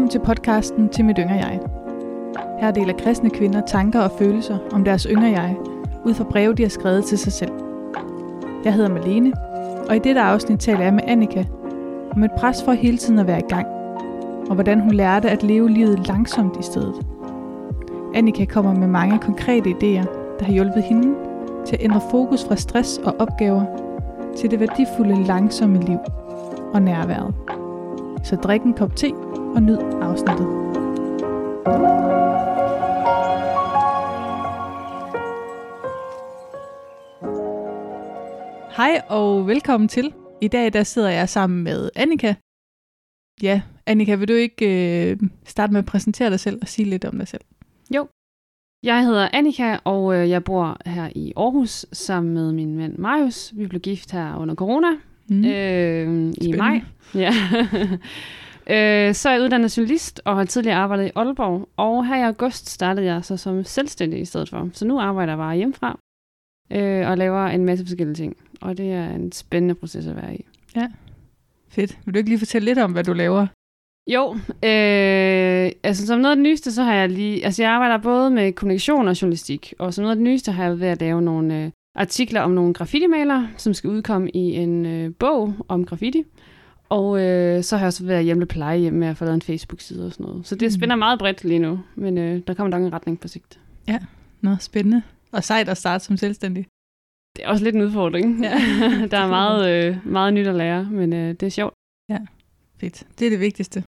Velkommen til podcasten Til mit yngre jeg. Her deler kristne kvinder tanker og følelser om deres yngre jeg, ud fra breve, de har skrevet til sig selv. Jeg hedder Malene, og i dette afsnit taler jeg med Annika om et pres for hele tiden at være i gang, og hvordan hun lærte at leve livet langsomt i stedet. Annika kommer med mange konkrete idéer, der har hjulpet hende til at ændre fokus fra stress og opgaver til det værdifulde, langsomme liv og nærværet. Så drik en kop te og nyd afsnittet. Hej og velkommen til. I dag der sidder jeg sammen med Annika. Ja, Annika, vil du ikke starte med at præsentere dig selv og sige lidt om dig selv? Jo, jeg hedder Annika, og jeg bor her i Aarhus sammen med min mand Marius. Vi blev gift her under corona i maj. Ja. Så er jeg uddannet journalist og har tidligere arbejdet i Aalborg, og her i august startede jeg så som selvstændig i stedet for. Så nu arbejder jeg bare hjemmefra og laver en masse forskellige ting, og det er en spændende proces at være i. Ja, fedt. Vil du ikke lige fortælle lidt om, hvad du laver? Jo, altså som noget af det nyeste, så har jeg jeg arbejder både med kommunikation og journalistik, og som noget af det nyeste har jeg været ved at lave nogle artikler om nogle graffiti-malere, som skal udkomme i en bog om graffiti. Og så har jeg også været hjemme på plejehjem med at få lavet en Facebook-side og sådan noget. Så det spænder meget bredt lige nu, men der kommer nok en retning på sigt. Ja, noget spændende. Og sejt at starte som selvstændig. Det er også lidt en udfordring. Ja. Der er meget nyt at lære, men det er sjovt. Ja, fedt. Det er det vigtigste.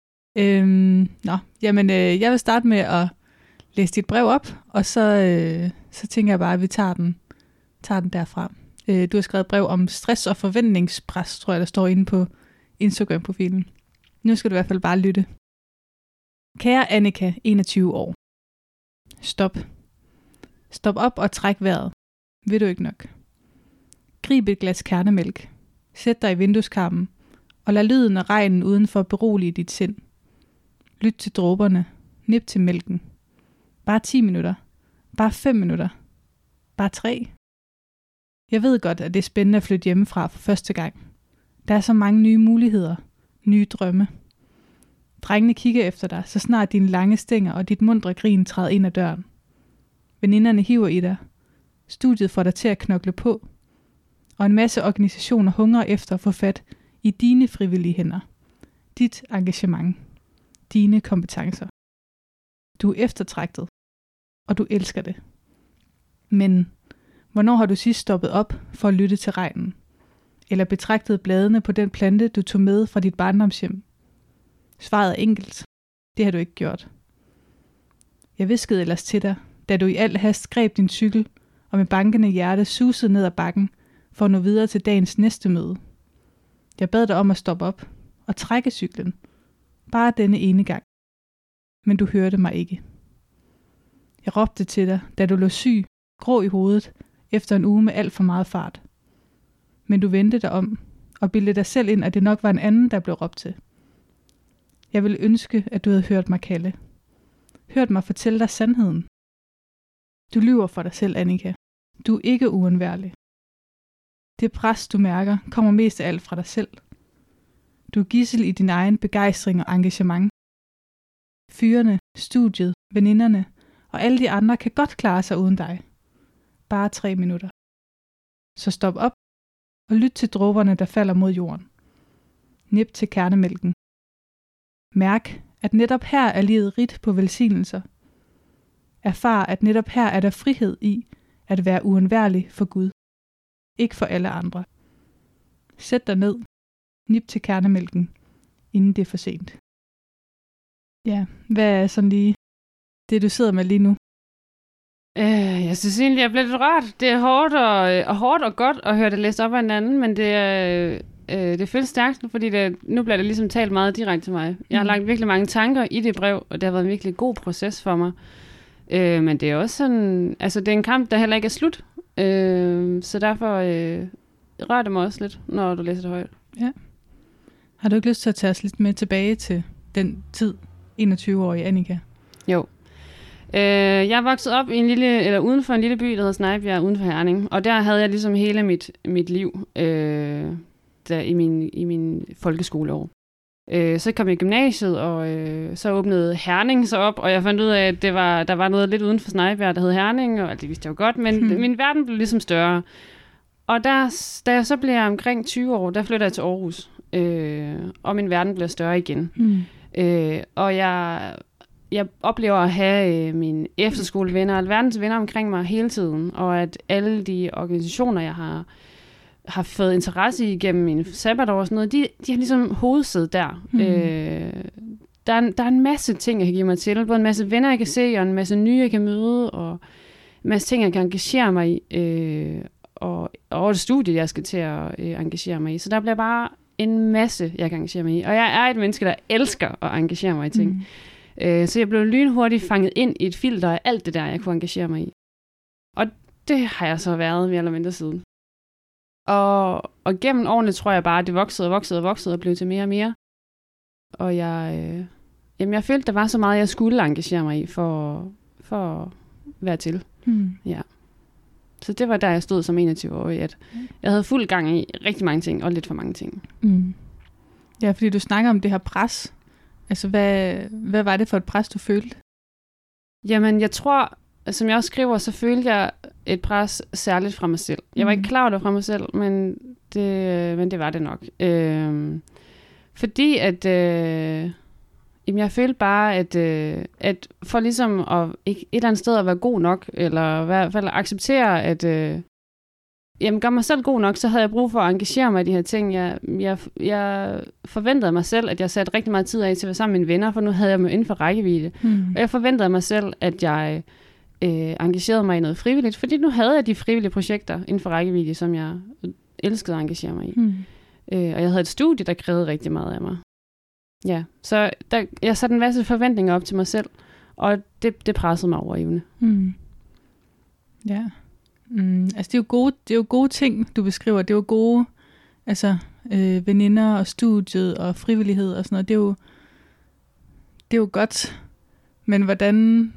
Jeg vil starte med at læse dit brev op, og så tænker jeg bare, at vi tager den derfra. Du har skrevet brev om stress og forventningspres, tror jeg, der står inde på Instagram-profilen. Nu skal du i hvert fald bare lytte. Kære Annika, 21 år. Stop. Stop op og træk vejret. Vil du ikke nok? Grib et glas kernemælk. Sæt dig i vindueskarmen, og lad lyden af regnen udenfor berolige dit sind. Lyt til dråberne. Nip til mælken. Bare 10 minutter. Bare 5 minutter. Bare 3. Jeg ved godt, at det er spændende at flytte hjemmefra for første gang. Der er så mange nye muligheder, nye drømme. Drengene kigger efter dig, så snart dine lange stænger og dit mundre grin træder ind ad døren. Veninderne hiver i dig. Studiet får dig til at knokle på. Og en masse organisationer hungrer efter at få fat i dine frivillige hænder. Dit engagement. Dine kompetencer. Du er eftertragtet, og du elsker det. Men hvornår har du sidst stoppet op for at lytte til regnen? Eller betragtet bladene på den plante, du tog med fra dit barndomshjem? Svaret er enkelt. Det har du ikke gjort. Jeg hviskede ellers til dig, da du i al hast greb din cykel og med bankende hjerte susede ned ad bakken for at nå videre til dagens næste møde. Jeg bad dig om at stoppe op og trække cyklen. Bare denne ene gang. Men du hørte mig ikke. Jeg råbte til dig, da du lå syg, grå i hovedet, efter en uge med alt for meget fart. Men du vendte dig om, og bildte dig selv ind, at det nok var en anden, der blev råbt til. Jeg ville ønske, at du havde hørt mig kalde. Hørt mig fortælle dig sandheden. Du lyver for dig selv, Annika. Du er ikke uundværlig. Det pres, du mærker, kommer mest af alt fra dig selv. Du er gidsel i din egen begejstring og engagement. Fyrene, studiet, veninderne og alle de andre kan godt klare sig uden dig. Bare 3 minutter. Så stop op og lyt til dråberne, der falder mod jorden. Nip til kernemælken. Mærk, at netop her er livet rigt på velsignelser. Erfar, at netop her er der frihed i at være uundværlig for Gud. Ikke for alle andre. Sæt dig ned. Nip til kernemælken, inden det er for sent. Ja, hvad er sådan lige det, du sidder med lige nu? Jeg synes egentlig, jeg blev lidt rørt. Det er hårdt og godt at høre det læst op af en anden, men det føles stærkt, fordi nu bliver det ligesom talt meget direkte til mig. Jeg har lagt virkelig mange tanker i det brev, og det har været en virkelig god proces for mig. Men det er også sådan, altså det er en kamp, der heller ikke er slut. Så derfor rører det mig også lidt, når du læser det højt. Ja. Har du ikke lyst til at tage os lidt med tilbage til den tid, 21-årige Annika? Jo. Jeg er vokset op i uden for en lille by, der hedder Snejbjerg, uden for Herning. Og der havde jeg ligesom hele mit liv der i min folkeskoleår. Så kom jeg i gymnasiet, og så åbnede Herning sig op, og jeg fandt ud af, at der var noget lidt uden for Snejbjerg, der hed Herning, og det vidste jeg jo godt, men min verden blev ligesom større. Og da jeg så bliver omkring 20 år, der flytter jeg til Aarhus, og min verden bliver større igen. Og jeg oplever at have mine efterskolevenner og alverdens venner omkring mig hele tiden, og at alle de organisationer, jeg har fået interesse i gennem min sabbatår og sådan noget, de har ligesom hovedsæde der. Der er en masse ting, jeg kan give mig til. Både en masse venner, jeg kan se, og en masse nye, jeg kan møde, og en masse ting, jeg kan engagere mig i, og et studie, jeg skal til at engagere mig i. Så der bliver bare en masse, jeg kan engagere mig i. Og jeg er et menneske, der elsker at engagere mig i ting. Så jeg blev lynhurtigt fanget ind i et filter af alt det der, jeg kunne engagere mig i. Og det har jeg så været mere eller mindre siden. Og gennem årene tror jeg bare, at det voksede og blev til mere og mere. Og jeg følte, der var så meget, jeg skulle engagere mig i for at være til. Ja. Så det var der, jeg stod som 21-årig, at jeg havde fuld gang i rigtig mange ting, og lidt for mange ting. Ja, fordi du snakker om det her pres. Altså, hvad var det for et pres, du følte? Jamen, jeg tror, som jeg også skriver, så følte jeg et pres særligt fra mig selv. Jeg var ikke klar over det fra mig selv, men det var det nok. Fordi at jeg følte bare, at for ligesom et eller andet sted at være god nok, eller i hvert fald acceptere, at gør mig selv god nok, så havde jeg brug for at engagere mig i de her ting. Jeg forventede mig selv, at jeg satte rigtig meget tid af til at være sammen med mine venner, for nu havde jeg mig inden for rækkevidde. Og jeg forventede mig selv, at jeg engagerede mig i noget frivilligt, fordi nu havde jeg de frivillige projekter inden for rækkevidde, som jeg elskede at engagere mig i. Og jeg havde et studie, der krævede rigtig meget af mig. Ja, så jeg satte en masse forventninger op til mig selv, og det pressede mig over evne. Ja. Altså det er jo gode ting, du beskriver. Det er jo gode veninder og studiet og frivillighed og sådan noget. Det er jo godt. Men hvordan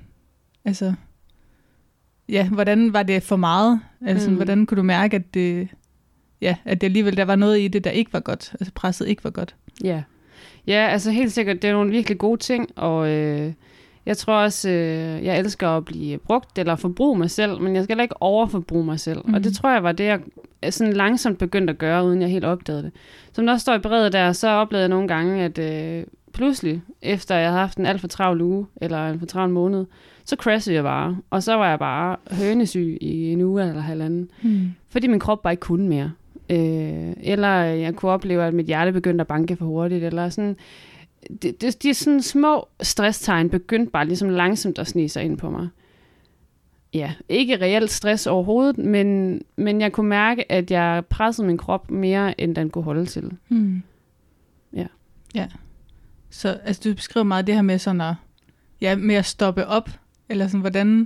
var det for meget? Altså hvordan kunne du mærke, at det alligevel der var noget i det, der ikke var godt? Altså presset ikke var godt? Ja. Ja, altså helt sikkert, det er nogle virkelig gode ting, og jeg tror også, jeg elsker at blive brugt eller forbruge mig selv, men jeg skal heller ikke overforbruge mig selv. Og det tror jeg var det, jeg sådan langsomt begyndte at gøre, uden jeg helt opdagede det. Som der også står i brevet der, så oplevede jeg nogle gange, at pludselig, efter jeg havde haft en alt for travl uge, eller en for travl måned, så crashede jeg bare. Og så var jeg bare hønesyg i en uge eller halvanden. Fordi min krop bare ikke kunne mere. Eller jeg kunne opleve, at mit hjerte begyndte at banke for hurtigt, eller sådan. De sådan små stresstegn begyndte bare ligesom langsomt at snige sig ind på mig. Ja, ikke reelt stress overhovedet, men jeg kunne mærke, at jeg pressede min krop mere, end den kunne holde til. Ja. Så altså, du beskriver meget det her med sådan med at stoppe op, eller sådan, hvordan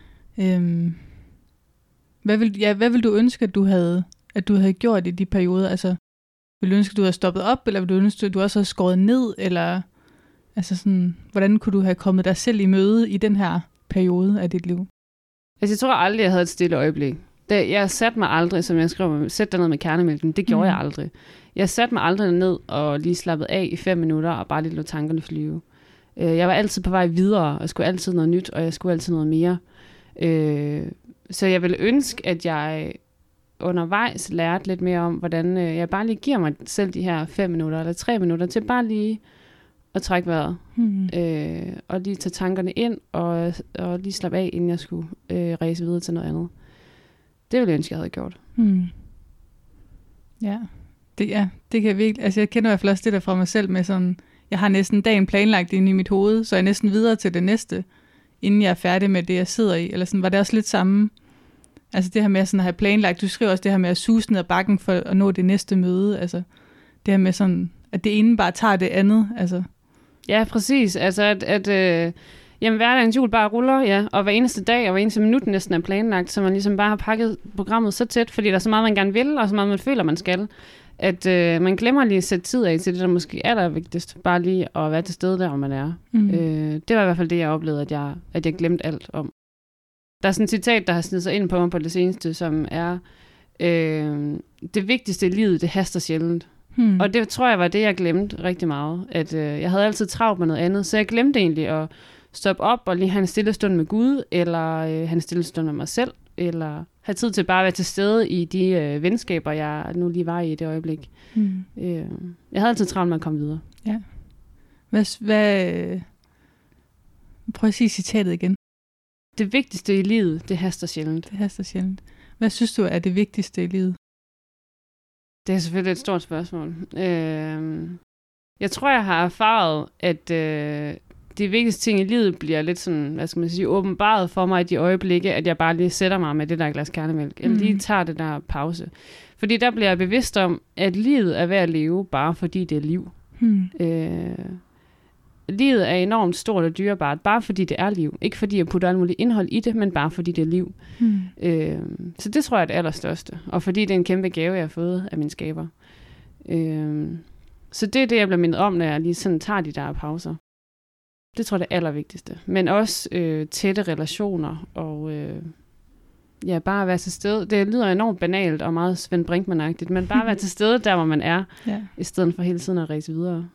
hvad vil du ønske, at du havde gjort i de perioder? Altså, vil du ønske, at du havde stoppet op, eller vil du ønske, at du også havde skåret ned, eller altså sådan, hvordan kunne du have kommet dig selv i møde i den her periode af dit liv? Altså, jeg tror aldrig, jeg havde et stille øjeblik. Jeg satte mig aldrig, som jeg skrev, sæt dig ned med kernemælken. Det gjorde jeg aldrig. Jeg satte mig aldrig ned og lige slappede af i 5 minutter og bare lige lod tankerne flyve. Jeg var altid på vej videre, og jeg skulle altid noget nyt, og jeg skulle altid noget mere. Så jeg ville ønske, at jeg undervejs lærte lidt mere om, hvordan jeg bare lige giver mig selv de her 5 minutter eller 3 minutter til bare lige at trække vejret. Og lige tage tankerne ind og lige slappe af, inden jeg skulle ræse videre til noget andet. Det ville jeg ønske, jeg havde gjort. Ja, det kan jeg virkelig. Altså jeg kender i hvert fald også det der fra mig selv med sådan, jeg har næsten dagen planlagt inde i mit hoved, så jeg er næsten videre til det næste, inden jeg er færdig med det, jeg sidder i. Eller sådan, var det også lidt samme? Altså det her med sådan at have planlagt, du skriver også det her med at suse ned ad bakken for at nå det næste møde. Altså det her med sådan, at det ene bare tager det andet. Altså. Ja, præcis. Altså at hverdagens hjul bare ruller, ja, og hver eneste dag og hver eneste minut næsten er planlagt, så man ligesom bare har pakket programmet så tæt, fordi der er så meget, man gerne vil, og så meget, man føler, man skal, at man glemmer lige at sætte tid af til det, der måske er allervigtigst, bare lige at være til stede der, hvor man er. Det var i hvert fald det, jeg oplevede, at jeg glemte alt om. Der er sådan et citat, der har snedet sig ind på mig på det seneste, som er, det vigtigste i livet, det haster sjældent. Og det tror jeg var det, jeg glemte rigtig meget. At jeg havde altid travlt med noget andet, så jeg glemte egentlig at stoppe op og lige have en stille stund med Gud, eller have en stille stund med mig selv, eller have tid til bare at være til stede i de venskaber, jeg nu lige var i det øjeblik. Jeg havde altid travlt med at komme videre. Ja. Prøv at sige citatet igen. Det vigtigste i livet, det haster sjældent. Det haster sjældent. Hvad synes du er det vigtigste i livet? Det er selvfølgelig et stort spørgsmål. Jeg tror, jeg har erfaret, at de vigtigste ting i livet bliver lidt sådan, hvad skal man sige, åbenbaret for mig i de øjeblikke, at jeg bare lige sætter mig med det der glas kernemælk. Eller lige tager det der pause. Fordi der bliver jeg bevidst om, at livet er værd at leve, bare fordi det er liv. Livet er enormt stort og dyrebart, bare fordi det er liv. Ikke fordi jeg putter alt muligt indhold i det, men bare fordi det er liv. Så det tror jeg er det allerstørste. Og fordi det er en kæmpe gave, jeg har fået af min skaber. Så det er det, jeg bliver mindet om, når jeg lige sådan tager de der pauser. Det tror jeg er det allervigtigste. Men også tætte relationer og bare at være til stede. Det lyder enormt banalt og meget Svend Brinkmann-agtigt, men bare at være til stede der, hvor man er, i stedet for hele tiden at ræse videre.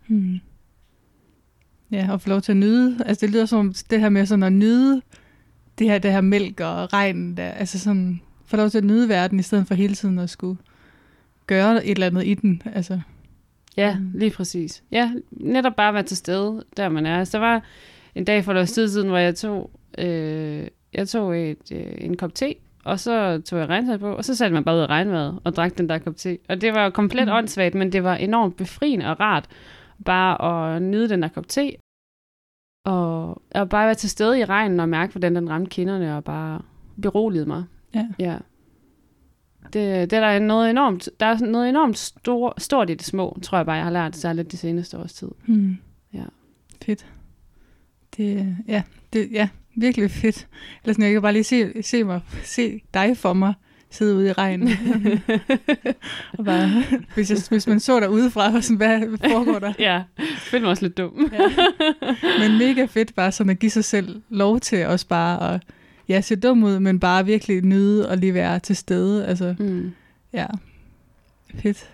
Ja, og få lov til at nyde. Altså det lyder som det her med sådan at nyde det her mælk og regnen der. Altså sådan, få lov til at nyde verden, i stedet for hele tiden at skulle gøre et eller andet i den. Altså. Ja, lige præcis. Ja, netop bare være til stede, der man er. Altså, der var en dag for et års tid siden, hvor jeg tog en kop te, og så tog jeg regntøj på, og så satte man bare ud af regnvejret og drak den der kop te. Og det var komplet åndssvagt, men det var enormt befriende og rart bare at nyde den der kop te, og bare være til stede i regnen og mærke, hvordan den ramte kinderne, og bare beroligede mig. Ja. Det er noget enormt stort i det små, tror jeg bare, jeg har lært særligt de seneste års tid. Ja. Fedt. Det er virkelig fedt. Eller sådan, jeg kan bare lige se dig for mig, sidde ude i regnen. Og bare, hvis man så der udefra, sådan, hvad foregår der? Ja, følte mig også lidt dum. Men mega fedt bare sådan at give sig selv lov til også bare at se dum ud, men bare virkelig nyde og lige være til stede. Altså, ja, fedt.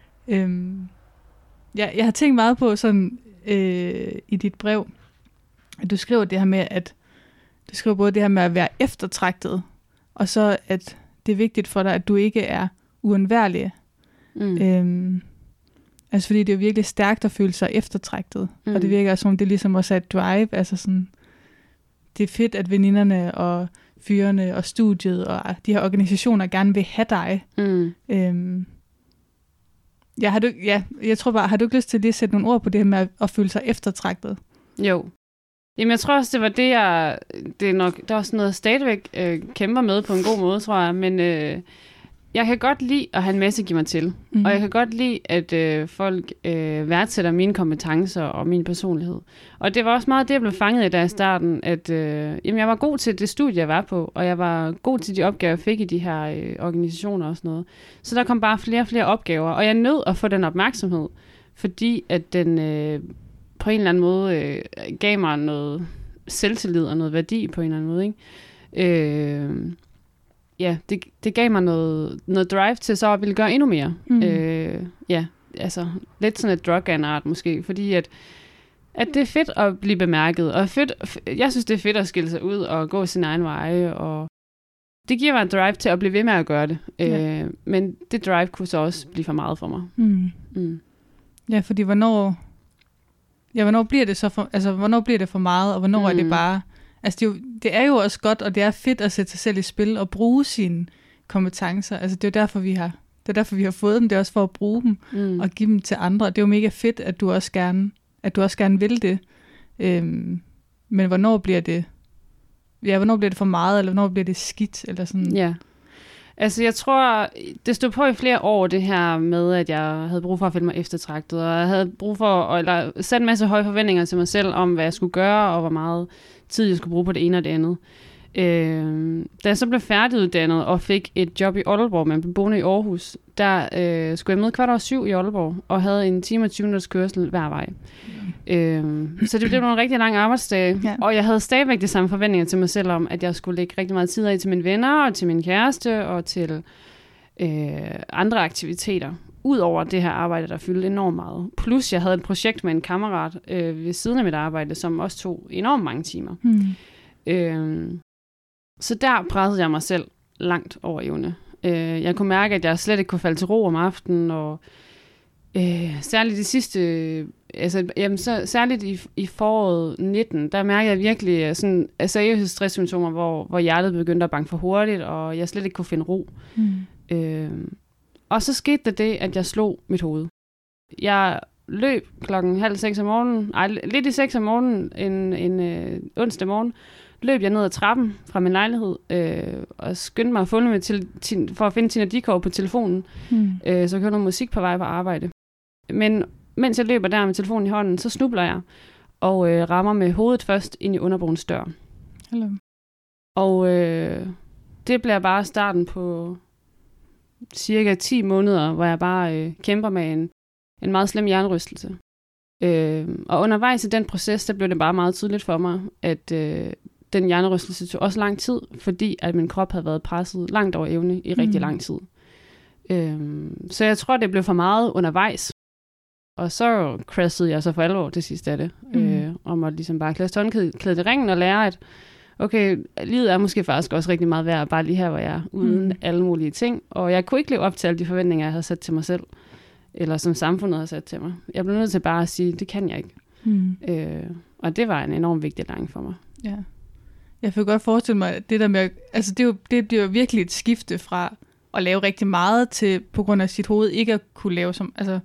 Jeg har tænkt meget på sådan i dit brev, at du skriver det her med, at du skriver både det her med at være eftertragtet, og så at det er vigtigt for dig, at du ikke er uundværlig. Altså fordi det er virkelig stærkt at føle sig eftertragtet, og det virker som om det ligesom også er et drive, altså sådan, det er fedt, at veninderne og fyrene og studiet og de her organisationer gerne vil have dig. Jeg tror bare, har du ikke lyst til lige at sætte nogle ord på det her med at føle sig eftertragtet? Jo. Jamen, jeg tror også, det var det, der er også noget, jeg stadigvæk kæmper med på en god måde, tror jeg, men jeg kan godt lide at have en masse at give mig til, og jeg kan godt lide, at folk værdsætter mine kompetencer og min personlighed. Og det var også meget det, jeg blev fanget i der i starten, at jeg var god til det studie, jeg var på, og jeg var god til de opgaver, jeg fik i de her organisationer og sådan noget. Så der kom bare flere og flere opgaver, og jeg nød at få den opmærksomhed, fordi at den på en eller anden måde gav mig noget selvtillid og noget værdi på en eller anden måde, ikke? Det gav mig noget drive til så at ville gøre endnu mere. Altså lidt sådan et drug af en art måske, fordi at det er fedt at blive bemærket, og jeg synes, det er fedt at skille sig ud og gå sin egen veje, og det giver mig en drive til at blive ved med at gøre det. Men det drive kunne så også blive for meget for mig. Ja, fordi hvornår bliver det så hvornår bliver det for meget, og hvornår er det bare. Altså det er jo også godt, og det er fedt at sætte sig selv i spil og bruge sine kompetencer. Altså det er jo derfor vi har fået dem. Det er også for at bruge dem og give dem til andre. Det er jo mega fedt, at du også gerne vil det. Men hvornår bliver det for meget, eller hvornår bliver det skidt eller sådan? Ja. Altså, jeg tror, det stod på i flere år, det her med, at jeg havde brug for at føle mig eftertragtet, og jeg havde brug for at sætte en masse høje forventninger til mig selv om, hvad jeg skulle gøre, og hvor meget tid jeg skulle bruge på det ene og det andet. Da jeg så blev færdiguddannet og fik et job i Aalborg, men blev boende i Aarhus, der skulle jeg møde 7:15 i Aalborg, og havde en time og 20 minutters kørsel hver vej. Så det blev nogle rigtig lange arbejdsdage, og jeg havde stadigvæk de samme forventninger til mig selv om, at jeg skulle lægge rigtig meget tid af til mine venner, og til min kæreste, og til andre aktiviteter. ud over det her arbejde, der fyldte enormt meget. Plus jeg havde et projekt med en kammerat ved siden af mit arbejde, som også tog enormt mange timer. Så der pressede jeg mig selv langt over evne. Jeg kunne mærke, at jeg slet ikke kunne falde til ro om aftenen, og særligt de sidste, særligt i foråret 19, der mærkede jeg virkelig sådan seriøse stresssymptomer, hvor hjertet begyndte at banke for hurtigt, og jeg slet ikke kunne finde ro. Og så skete der det, at jeg slog mit hoved. Jeg løb 5:30 om morgenen, lidt i 6 om morgenen, en onsdag morgen, løb jeg ned ad trappen fra min lejlighed, og skyndte mig at funde mig for at finde Tina Dickow på telefonen, så jeg hørte noget musik på vej på arbejde. Men mens jeg løber der med telefonen i hånden, så snubler jeg, og rammer med hovedet først ind i underbrugens dør. Hello. Og det bliver bare starten på cirka 10 måneder, hvor jeg bare kæmper med en meget slem hjernerystelse. Og undervejs i den proces, der blev det bare meget tydeligt for mig, at den hjernerystelse tog også lang tid, fordi at min krop havde været presset langt over evne i rigtig lang tid. Så jeg tror, det blev for meget undervejs. Og så crashede jeg så for alvor til sidst af det. Og måtte ligesom bare klasse håndklædet i ringen og lære, at okay, livet er måske faktisk også rigtig meget værd, bare lige her, hvor jeg er, uden alle mulige ting. Og jeg kunne ikke leve op til alle de forventninger, jeg havde sat til mig selv, eller som samfundet havde sat til mig. Jeg blev nødt til bare at sige, det kan jeg ikke. Og det var en enormt vigtig læring for mig. Ja. Jeg får godt forestille mig, at det der med, altså det bliver virkelig et skifte fra at lave rigtig meget til, på grund af sit hoved, ikke at kunne lave som, altså,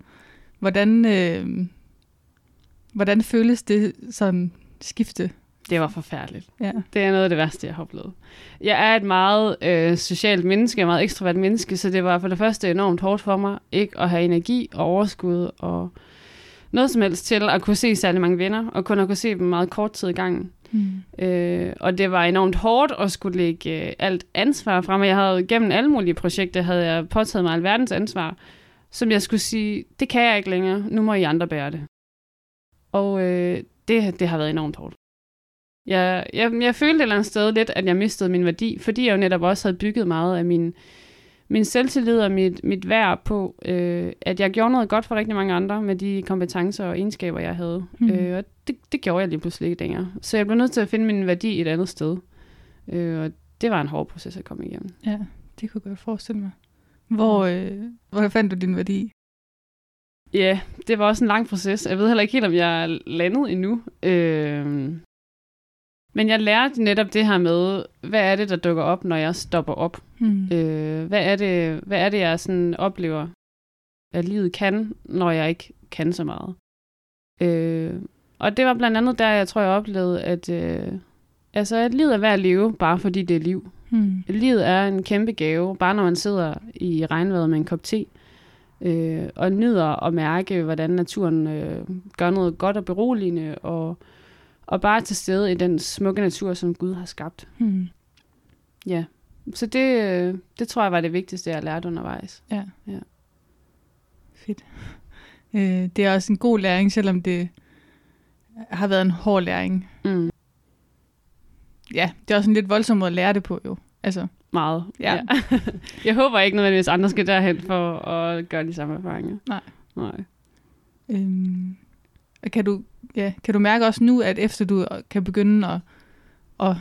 hvordan føles det sådan skifte? Det var forfærdeligt. Ja. Det er noget af det værste, jeg har oplevet. Jeg er et meget socialt menneske, et meget ekstrovert menneske, så det var for det første enormt hårdt for mig, ikke at have energi og overskud og noget som helst til at kunne se særlig mange venner, og kun at kunne se dem meget kort tid i gangen. Og det var enormt hårdt at skulle lægge alt ansvar fra mig. Jeg havde gennem alle mulige projekter, havde jeg påtaget mig alverdens ansvar, som jeg skulle sige, det kan jeg ikke længere, nu må I andre bære det. Og det har været enormt hårdt. Jeg følte et eller andet sted lidt, at jeg mistede min værdi, fordi jeg jo netop også havde bygget meget af min selvtillid og mit værd på, at jeg gjorde noget godt for rigtig mange andre med de kompetencer og egenskaber, jeg havde. Og det gjorde jeg lige pludselig ikke længere. Så jeg blev nødt til at finde min værdi et andet sted. Og det var en hård proces at komme igennem. Ja, det kunne jeg godt forestille mig. Hvor fandt du din værdi? Ja, det var også en lang proces. Jeg ved heller ikke helt, om jeg er landet endnu. Men jeg lærte netop det her med, hvad er det, der dukker op, når jeg stopper op? Hvad er det, jeg sådan oplever, at livet kan, når jeg ikke kan så meget? Og det var blandt andet der, jeg tror, jeg oplevede, at livet er værd at leve, bare fordi det er liv. Livet er en kæmpe gave, bare når man sidder i regnvejret med en kop te, og nyder at mærke, hvordan naturen gør noget godt og beroligende, og bare til stede i den smukke natur, som Gud har skabt. Ja, så det tror jeg var det vigtigste, jeg lærte undervejs. Ja. Fedt. Det er også en god læring, selvom det har været en hård læring. Ja, det er også en lidt voldsom måde at lære det på, jo. Altså. Meget. Ja. Jeg håber ikke nødvendigvis, andre skal derhen for at gøre de samme erfaringer. Nej. Kan du mærke også nu, at efter du kan begynde at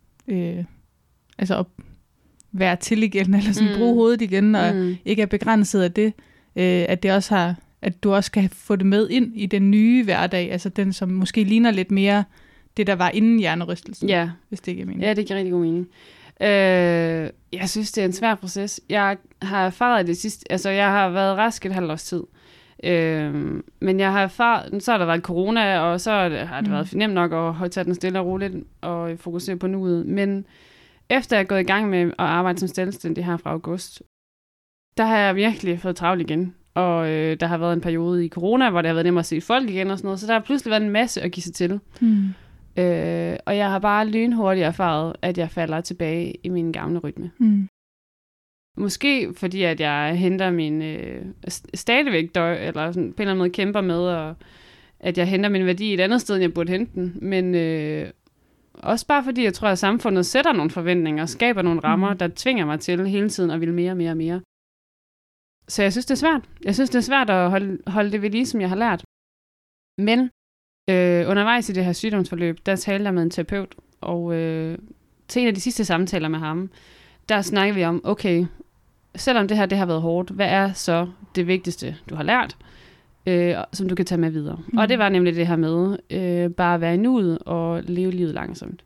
være til igen, eller sådan bruge hovedet igen, og ikke er begrænset af det, at det også har, at du også kan få det med ind i den nye hverdag, altså den, som måske ligner lidt mere det, der var inden hjernerystelsen, hvis det ikke er meningen. Ja, det giver rigtig god mening. Jeg synes, det er en svær proces. Jeg har erfaret det sidste, altså jeg har været rask et halvt års tid. Men jeg har erfaret, så har der været corona, og så har det været nemt nok at tage den stille og roligt og fokusere på nuet. Men efter jeg er gået i gang med at arbejde som selvstændig her fra august, der har jeg virkelig fået travlt igen. Og der har været en periode i corona, hvor det har været nemmere at se folk igen og sådan noget, så der har pludselig været en masse at give sig til. Og jeg har bare lynhurtigt erfaret, at jeg falder tilbage i min gamle rytme. Måske fordi, at jeg henter min stadigvæk eller sådan, på en eller anden måde kæmper med, og at jeg henter min værdi et andet sted, end jeg burde hente den. Men også bare fordi, jeg tror, at samfundet sætter nogle forventninger, skaber nogle rammer, der tvinger mig til hele tiden at ville mere og mere og mere. Så jeg synes, det er svært. Jeg synes, det er svært at holde det ved lige, som jeg har lært. Men undervejs i det her sygdomsforløb, der talte jeg med en terapeut, og til en af de sidste samtaler med ham, der snakker vi om, okay, selvom det her det har været hårdt, hvad er så det vigtigste, du har lært, som du kan tage med videre? Og det var nemlig det her med bare at være i nuet og leve livet langsomt.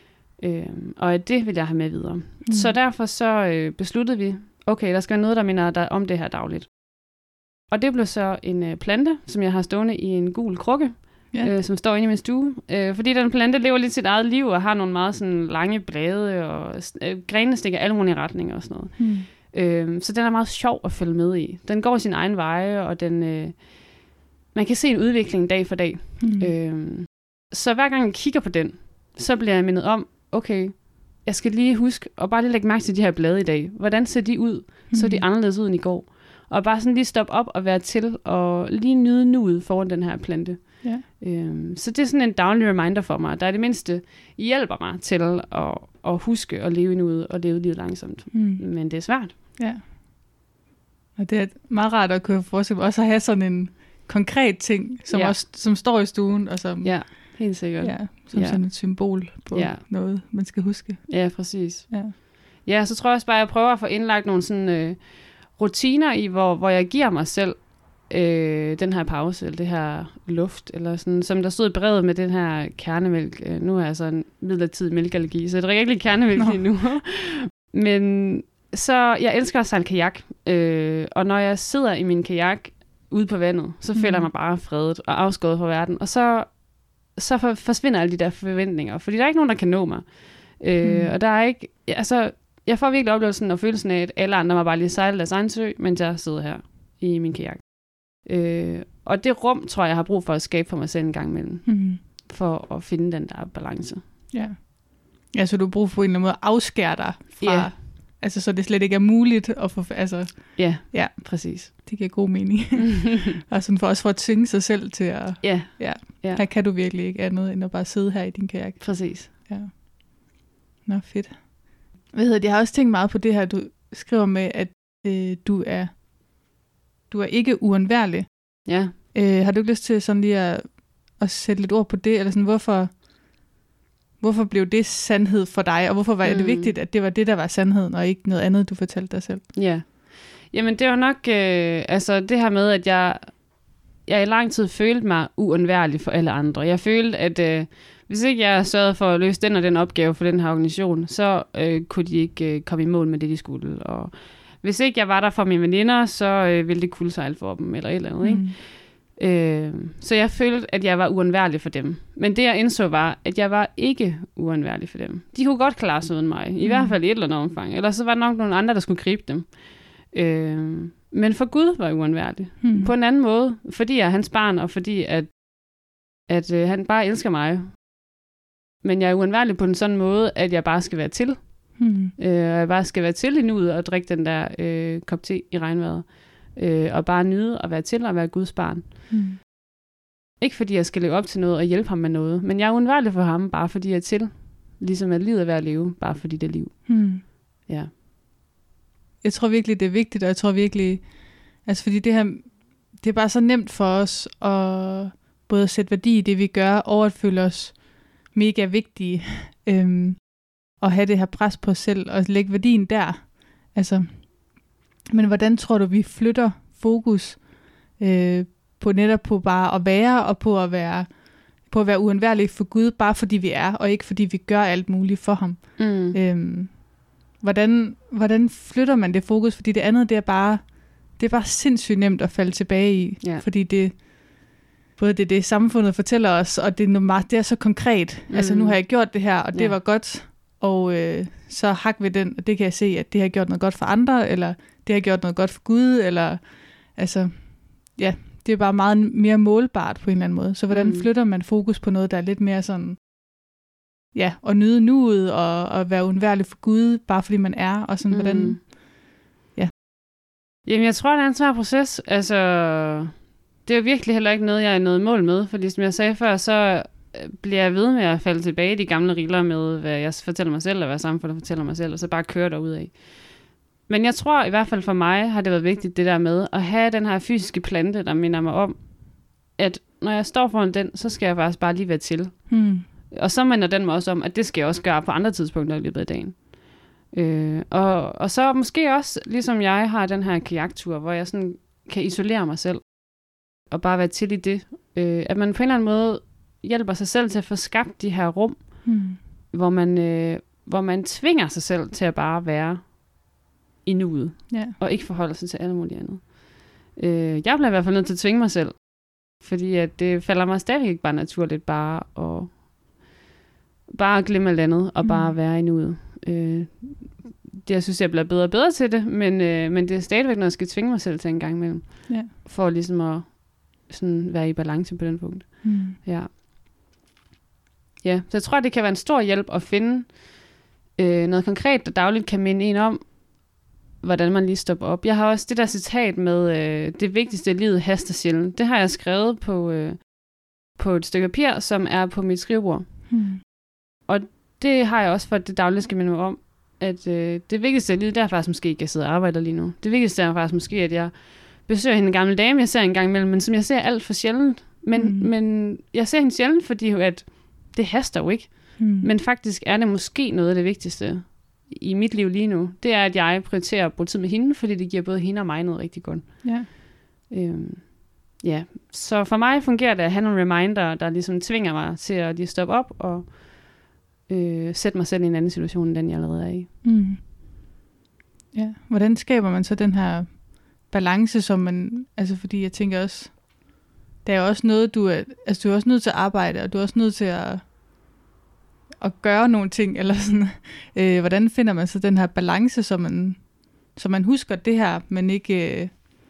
Og det vil jeg have med videre. Så derfor så besluttede vi, okay, der skal være noget, der minder dig om det her dagligt. Og det blev så en plante, som jeg har stående i en gul krukke, som står inde i min stue. Fordi den plante lever lidt sit eget liv, og har nogle meget sådan lange blade, og grenene stikker alle mulige retninger og sådan noget. Så den er meget sjov at følge med i. Den går sin egen veje, og den, man kan se en udvikling dag for dag. Så hver gang jeg kigger på den, så bliver jeg mindet om, okay, jeg skal lige huske, og bare lige lægge mærke til de her blade i dag. Hvordan ser de ud? Så er de anderledes ud end i går. Og bare sådan lige stoppe op og være til, og lige nyde nuet foran den her plante. Ja. Så det er sådan en daglig reminder for mig, der i det mindste hjælper mig til at huske at leve i nuet, og leve livet langsomt. Men det er svært. Ja. Og det er meget rart at kunne forestille mig også at have sådan en konkret ting, som står i stuen, og som... Ja. Helt sikkert. Som sådan et symbol på noget, man skal huske. Ja, præcis. Ja, så tror jeg også bare, at jeg prøver at få indlagt nogle sådan, rutiner i, hvor jeg giver mig selv den her pause, eller det her luft, eller sådan, som der stod i brevet med den her kernemælk. Nu er jeg så en midlertidig mælkeallergi, så jeg drikker ikke kernemælk lige nu. Men så, jeg elsker at sejle kajak, og når jeg sidder i min kajak ude på vandet, så føler jeg mig bare fredet og afskåret fra verden, og så forsvinder alle de der forventninger, fordi der er ikke nogen, der kan nå mig. Og der er ikke, altså, jeg får virkelig oplevelsen og følelsen af, at alle andre må bare lige sejle deres egen sø, mens jeg sidder her i min kajak. Og det rum, tror jeg har brug for at skabe for mig selv en gang imellem, for at finde den der balance. Ja, så du har brug for en eller anden måde at afskære dig fra, altså så det slet ikke er muligt at få, altså... Ja, præcis. Det giver god mening. Og sådan for at tvinge sig selv til at... Her kan du virkelig ikke andet, end at bare sidde her i din kajak. Præcis. Ja. Nå, fedt. Jeg har også tænkt meget på det her, du skriver med, at du er ikke uundværlig. Ja. Har du ikke lyst til sådan lige at sætte lidt ord på det, eller sådan, hvorfor blev det sandhed for dig, og hvorfor var det vigtigt, at det var det, der var sandheden, og ikke noget andet, du fortalte dig selv? Ja. Jamen, det var nok altså det her med, at jeg i lang tid følte mig uundværlig for alle andre. Jeg følte, at hvis ikke jeg sørgede for at løse den og den opgave for den her organisation, så kunne de ikke komme i mål med det, de skulle. Og hvis ikke jeg var der for mine veninder, så ville det kuldsejle for dem, eller et eller andet, ikke? Så jeg følte, at jeg var uundværlig for dem. Men det jeg indså var, at jeg var ikke uundværlig for dem. De kunne godt klare sig uden mig, i hvert fald i et eller andet omfang. Ellers så var der nok nogle andre, der skulle gribe dem. Men for Gud var jeg uundværlig. På en anden måde, fordi jeg er hans barn, og fordi at han bare elsker mig. Men jeg er uundværlig på en sådan måde, at jeg bare skal være til. Jeg bare skal være til i nuet og drikke den der kop te i regnvejret. Og bare nyde at være til og være Guds barn. Ikke fordi jeg skal leve op til noget og hjælpe ham med noget, men jeg er uundværlig for ham, bare fordi jeg er til. Ligesom at livet er værd at leve, bare fordi det er liv. Ja. Jeg tror virkelig, det er vigtigt, og jeg tror virkelig, altså fordi det her, det er bare så nemt for os at både sætte værdi i det, vi gør, og at føle os mega vigtige, og have det her pres på os selv, og lægge værdien der. Altså, men hvordan tror du, vi flytter fokus på netop på bare at være, og på at være uundværlige for Gud, bare fordi vi er, og ikke fordi vi gør alt muligt for ham. Hvordan flytter man det fokus? Fordi det andet, det er bare sindssygt nemt at falde tilbage i, fordi det samfundet fortæller os, og det er så konkret. Altså, nu har jeg gjort det her, og det var godt, og så hak ved den, og det kan jeg se, at det har gjort noget godt for andre, eller det har gjort noget godt for Gud, eller altså, ja, det er bare meget mere målbart på en eller anden måde. Så hvordan flytter man fokus på noget, der er lidt mere sådan, ja, at nyde nuet, og være uundværlig for Gud, bare fordi man er, og sådan, hvordan, ja. Jamen, jeg tror, det er en svær proces. Altså, det er jo virkelig heller ikke noget, jeg er nået mål med, fordi som jeg sagde før, så bliver jeg ved med at falde tilbage i de gamle riller med, hvad jeg fortæller mig selv, og hvad samfundet fortæller mig selv, og så bare kører derudad. Men jeg tror i hvert fald for mig, har det været vigtigt det der med at have den her fysiske plante, der minder mig om, at når jeg står foran den, så skal jeg faktisk bare lige være til. Og så minder den mig også om, at det skal jeg også gøre på andre tidspunkter i løbet af dagen. Og så måske også, ligesom jeg har den her kajaktur, hvor jeg sådan kan isolere mig selv, og bare være til i det. At man på en eller anden måde hjælper sig selv til at få skabt de her rum, hvor man tvinger sig selv til at bare være i nuet, og ikke forholde sig til alt muligt andet. Jeg bliver i hvert fald nødt til at tvinge mig selv, fordi at det falder mig stadig ikke bare naturligt bare at glemme alt andet, og bare være i nuet. Jeg synes, jeg bliver bedre og bedre til det, men det er stadigvæk noget, jeg skal tvinge mig selv til en gang imellem, for ligesom at sådan være i balance på den punkt. Ja, så jeg tror, det kan være en stor hjælp at finde noget konkret, der dagligt kan minde en om, hvordan man lige stopper op. Jeg har også det der citat med, det vigtigste i livet haster sjældent. Det har jeg skrevet på et stykke papir, som er på mit skrivebord. Og det har jeg også for, at det dagligt skal minde mig om, at det vigtigste i livet, det er faktisk måske ikke, at jeg sidder og arbejder lige nu. Det vigtigste er faktisk måske, at jeg besøger hende gamle dame, jeg ser en gang imellem, men som jeg ser alt for sjældent. Men jeg ser hende sjældent, fordi at det haster jo ikke. Men faktisk er det måske noget af det vigtigste i mit liv lige nu. Det er, at jeg prioriterer at bruge tid med hende, fordi det giver både hende og mig noget rigtig godt. Så for mig fungerer det at have nogle reminder, der ligesom tvinger mig til at lige stoppe op og sætte mig selv i en anden situation, end den jeg allerede er i. Ja, hvordan skaber man så den her balance, som man, altså fordi jeg tænker også, der er også noget, du er også nødt til at arbejde, og du er også nødt til at gøre nogle ting, eller sådan. Hvordan finder man så den her balance, så man husker det her, men ikke,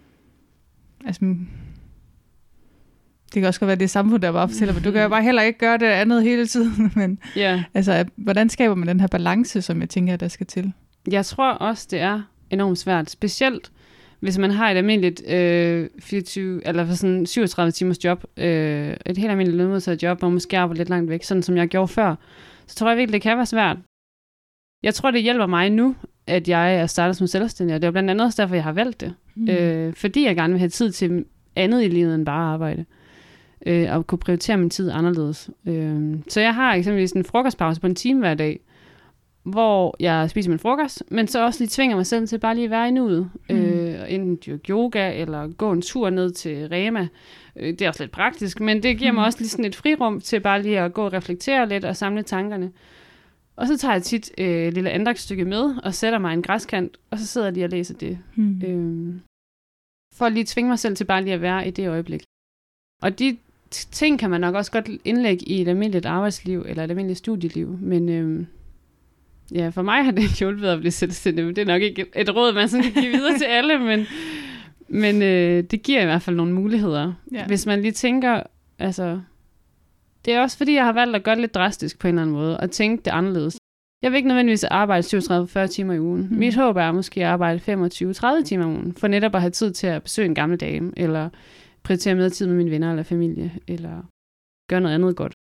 det kan også godt være det samfund, der bare fortæller mig, du kan jo bare heller ikke gøre det andet hele tiden, men altså, hvordan skaber man den her balance, som jeg tænker, der skal til? Jeg tror også, det er enormt svært, specielt hvis man har et almindeligt 24 eller sådan 37 timers job, et helt almindeligt lønmodtaget job, hvor man måske arbejder lidt langt væk, sådan som jeg gjorde før, så tror jeg virkelig, det kan være svært. Jeg tror, det hjælper mig nu, at jeg er startet som selvstændig, og det er blandt andet også derfor, jeg har valgt det. Fordi jeg gerne vil have tid til andet i livet end bare arbejde, og kunne prioritere min tid anderledes. Så jeg har eksempelvis en frokostpause på en time hver dag, hvor jeg spiser min frokost, men så også lige tvinger mig selv til bare lige at være i nuet. Enten dyrke yoga, eller gå en tur ned til Rema. Det er også lidt praktisk, men det giver mig også lige sådan et frirum til bare lige at gå og reflektere lidt og samle tankerne. Og så tager jeg tit et lille andagtstykke med, og sætter mig i en græskant, og så sidder jeg lige og læser det. For at lige tvinge mig selv til bare lige at være i det øjeblik. Og de ting kan man nok også godt indlægge i et almindeligt arbejdsliv, eller et almindeligt studieliv, men for mig har det hjulpet at blive selvstændig, men det er nok ikke et råd, man sådan kan give videre til alle, men det giver i hvert fald nogle muligheder. Hvis man lige tænker, altså, det er også fordi, jeg har valgt at gøre det lidt drastisk på en eller anden måde, og tænke det anderledes. Jeg vil ikke nødvendigvis arbejde 37-40 timer i ugen. Mit håb er måske at arbejde 25-30 timer i ugen, for netop at have tid til at besøge en gammel dame, eller prioritere mere tid med mine venner eller familie, eller gøre noget andet godt.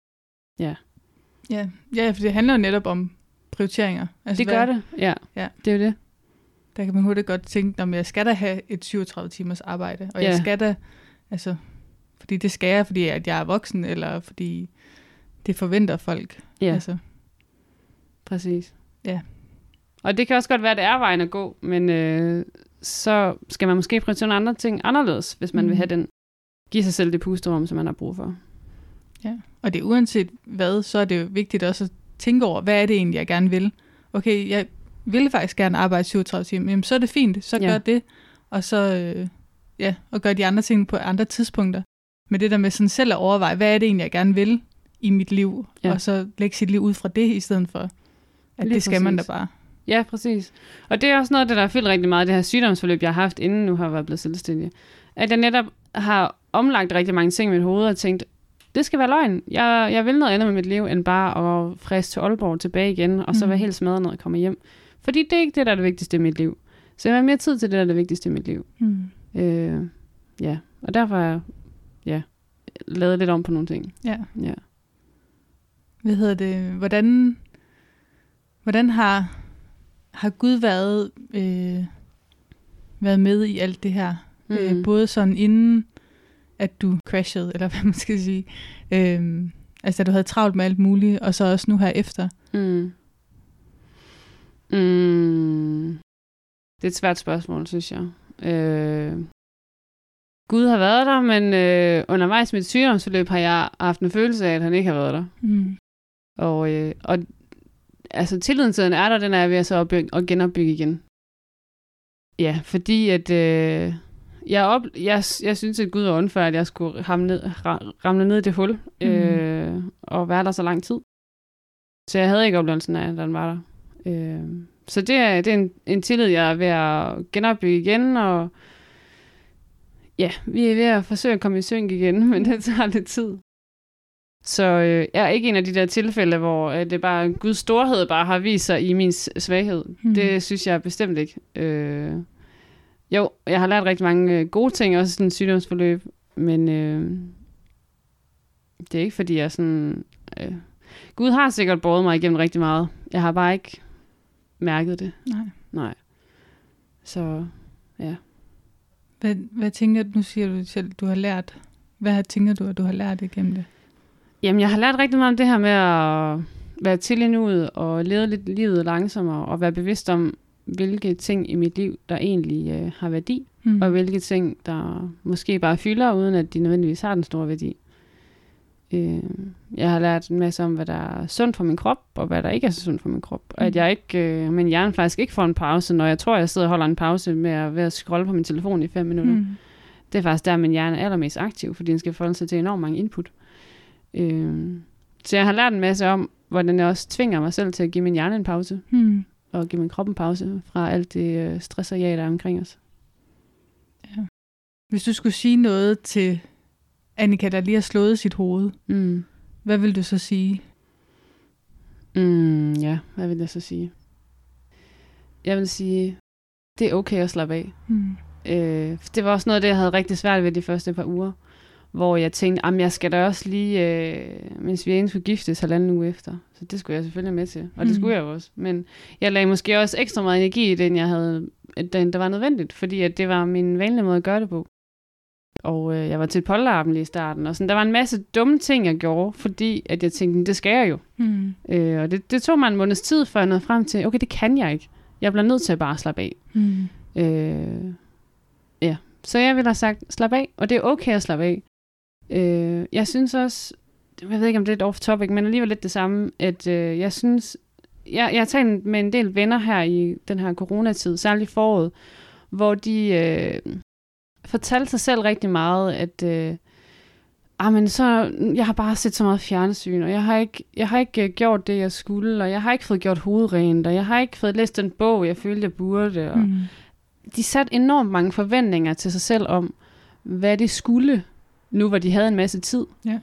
Ja, for det handler jo netop om prioriteringer. Altså, det gør det, ja. Det er jo det. Der kan man hurtigt godt tænke, om jeg skal da have et 37 timers arbejde, og jeg skal da, altså, fordi det skal jeg, fordi at jeg er voksen, eller fordi det forventer folk. Altså. Præcis. Ja. Og det kan også godt være, at det er vejen at gå, men så skal man måske prioritere andre ting anderledes, hvis man vil have den, give sig selv det pusterum, som man har brug for. Ja, og det er uanset hvad, så er det jo vigtigt også at tænke over, hvad er det egentlig, jeg gerne vil. Okay, jeg vil faktisk gerne arbejde 37 timer, jamen så er det fint, så gør det, og så og gør de andre ting på andre tidspunkter. Men det der med sådan selv at overveje, hvad er det egentlig, jeg gerne vil i mit liv, og så lægge sit liv ud fra det, i stedet for, at lige det skal man da bare. Ja, præcis. Og det er også noget af det, der har fyldt rigtig meget, det her sygdomsforløb, jeg har haft, inden nu har jeg blevet selvstændig. At jeg netop har omlagt rigtig mange ting i mit hoved, og tænkt, det skal være løgn. Jeg vil noget andet med mit liv, end bare at fræse til Aalborg tilbage igen, og så være helt smadret, når jeg kommer hjem. Fordi det er ikke det, der er det vigtigste i mit liv. Så jeg vil have mere tid til det, der er det vigtigste i mit liv. Og derfor har jeg lavet lidt om på nogle ting. Ja. Hvad hedder det? Hvordan har Gud været været med i alt det her. Både sådan inden, at du crashede, eller hvad man skal sige. Altså, at du havde travlt med alt muligt, og så også nu her efter. Det er et svært spørgsmål, synes jeg. Gud har været der, men undervejs i mit sygdomsforløb har jeg haft en følelse af, at han ikke har været der. Og altså tilliden til den er der, den er jeg ved at så at genopbygge igen. Ja, fordi at jeg synes, at Gud var undfør, at jeg skulle ramle ned i det hul og være der så lang tid. Så jeg havde ikke oplevelsen af, at den var der. Så det er en tillid, jeg er ved at genopbygge igen, og ja, vi er ved at forsøge at komme i synk igen, men det tager lidt tid. Så jeg er ikke en af de der tilfælde, hvor det bare Guds storhed bare har vist sig i min svaghed. Det synes jeg bestemt ikke. Jo, jeg har lært rigtig mange gode ting, også sådan et sygdomsforløb, men det er ikke fordi jeg sådan... Gud har sikkert båret mig igennem rigtig meget. Jeg har bare ikke mærket det. Nej. Så, ja. Hvad tænker du, nu siger du selv, du har lært? Hvad tænker du, at du har lært igennem det? Jamen, jeg har lært rigtig meget om det her med at være til i nuet og leve lidt livet langsommere og være bevidst om, hvilke ting i mit liv, der egentlig har værdi, og hvilke ting, der måske bare fylder, uden at de nødvendigvis har den store værdi. Jeg har lært en masse om, hvad der er sundt for min krop, og hvad der ikke er så sundt for min krop. Og at jeg ikke, min hjerne faktisk ikke får en pause, når jeg tror, jeg sidder og holder en pause ved at scrolle på min telefon i 5 minutter. Det er faktisk der, min hjerne er allermest aktiv, fordi den skal forholde sig til enormt mange input. Så jeg har lært en masse om, hvordan jeg også tvinger mig selv til at give min hjerne en pause, og give min krop en pause fra alt det stress og jag, der er omkring os. Ja. Hvis du skulle sige noget til Annika, der lige har slået sit hoved, hvad vil du så sige? Ja, hvad vil jeg så sige? Jeg vil sige, det er okay at slappe af. Det var også noget af det, jeg havde rigtig svært ved de første par uger, hvor jeg tænkte, jeg skal da også lige, mens vi egentlig skulle giftes 1,5 uge efter. Så det skulle jeg selvfølgelig med til, og det skulle jeg også. Men jeg lagde måske også ekstra meget energi i det, der var nødvendigt, fordi at det var min vanlige måde at gøre det på. Og jeg var til et polterappen lige i starten, og sådan, der var en masse dumme ting, jeg gjorde, fordi at jeg tænkte, det skal jeg jo. Og det tog mig en måneds tid, før jeg nåede frem til, okay, det kan jeg ikke. Jeg bliver nødt til at bare slappe af. Ja, så jeg ville have sagt, slap af, og det er okay at slappe af. Jeg synes også, jeg ved ikke, om det er et off-topic, men alligevel lidt det samme, at jeg synes, jeg har talt med en del venner her i den her coronatid, særligt foråret, hvor de fortalte sig selv rigtig meget, at jeg har bare set så meget fjernsyn, og jeg har ikke gjort det, jeg skulle, og jeg har ikke fået gjort hovedrent, og jeg har ikke fået læst den bog, jeg følte, jeg burde. Og de satte enormt mange forventninger til sig selv om, hvad de skulle, nu hvor de havde en masse tid. Ja.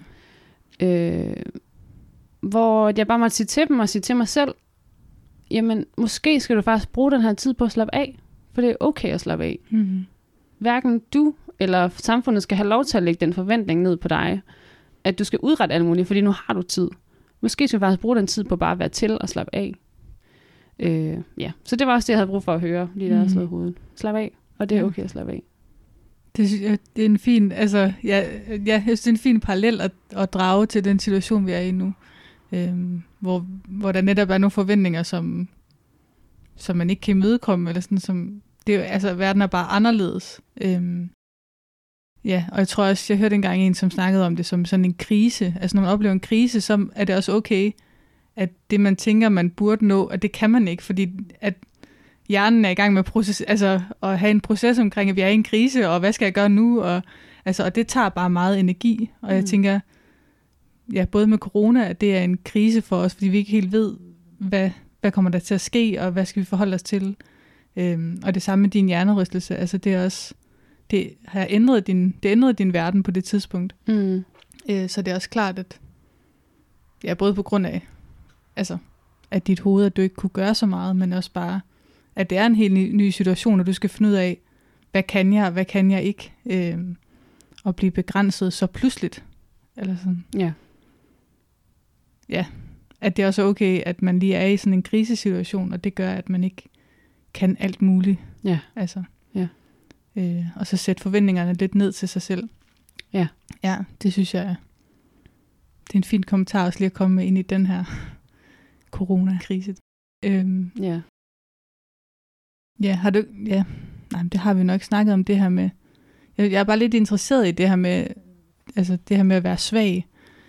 Hvor jeg bare måtte sige til dem og sige til mig selv, jamen, måske skal du faktisk bruge den her tid på at slappe af, for det er okay at slappe af. Hverken du eller samfundet skal have lov til at lægge den forventning ned på dig, at du skal udrette alt muligt, fordi nu har du tid. Måske skal du faktisk bruge den tid på bare at være til og slappe af. Ja, så det var også det, jeg havde brug for at høre, lige der jeg slået hovedet. Slap af, og det er okay at slappe af. Det er en fin, altså, jeg synes, det er en fin parallel at drage til den situation, vi er i nu. Hvor der netop er nogle forventninger, som man ikke kan imødekomme, eller sådan, som det er, altså, verden er bare anderledes. Ja, og jeg tror også, jeg hørte engang en, som snakkede om det som sådan en krise. Altså, når man oplever en krise, så er det også okay, at det, man tænker, man burde nå, at det kan man ikke, fordi at hjernen er i gang med at have en proces omkring, at vi er i en krise, og hvad skal jeg gøre nu? Og det tager bare meget energi. Og jeg tænker, ja, både med corona, at det er en krise for os, fordi vi ikke helt ved, hvad kommer der til at ske, og hvad skal vi forholde os til? Og det samme med din hjernerystelse. Altså, det er også, det har ændret din verden på det tidspunkt. Så det er også klart, at ja, både på grund af, altså, at dit hoved, at du ikke kunne gøre så meget, men også bare, at det er en helt ny situation, og du skal finde ud af, hvad kan jeg ikke, og blive begrænset så pludseligt. Eller sådan. Ja. Ja, at det også er okay, at man lige er i sådan en krisesituation, og det gør, at man ikke kan alt muligt. Ja. Altså. Ja. Og så sætte forventningerne lidt ned til sig selv. Ja. Ja, det synes jeg, det er en fin kommentar også lige at komme med ind i den her coronakrise. Ja. Ja, har du... Ja, nej, det har vi nok snakket om det her med... Jeg er bare lidt interesseret i det her med... Altså det her med at være svag.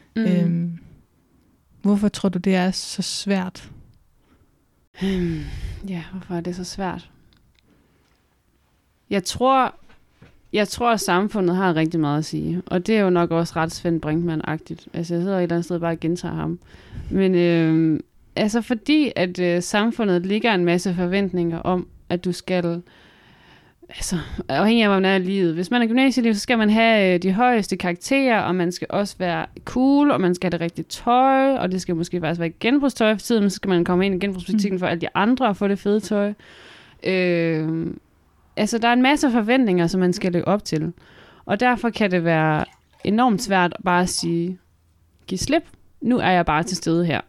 Hvorfor tror du, det er så svært? Ja, hvorfor er det så svært? Jeg tror, at samfundet har rigtig meget at sige. Og det er jo nok også ret Svend Brinkmann-agtigt. Altså, jeg sidder et eller andet sted bare og gentager ham. Men altså, fordi at samfundet ligger en masse forventninger om, at du skal... Altså, afhængig af, hvor man er i livet. Hvis man er gymnasieliv, så skal man have de højeste karakterer, og man skal også være cool, og man skal have det rigtige tøj, og det skal måske faktisk være genbrugstøj for tiden, men så skal man komme ind i genbrugsbutikken for alle de andre og få det fede tøj. Altså, der er en masse forventninger, som man skal leve op til. Og derfor kan det være enormt svært at bare sige, giv slip, nu er jeg bare til stede her.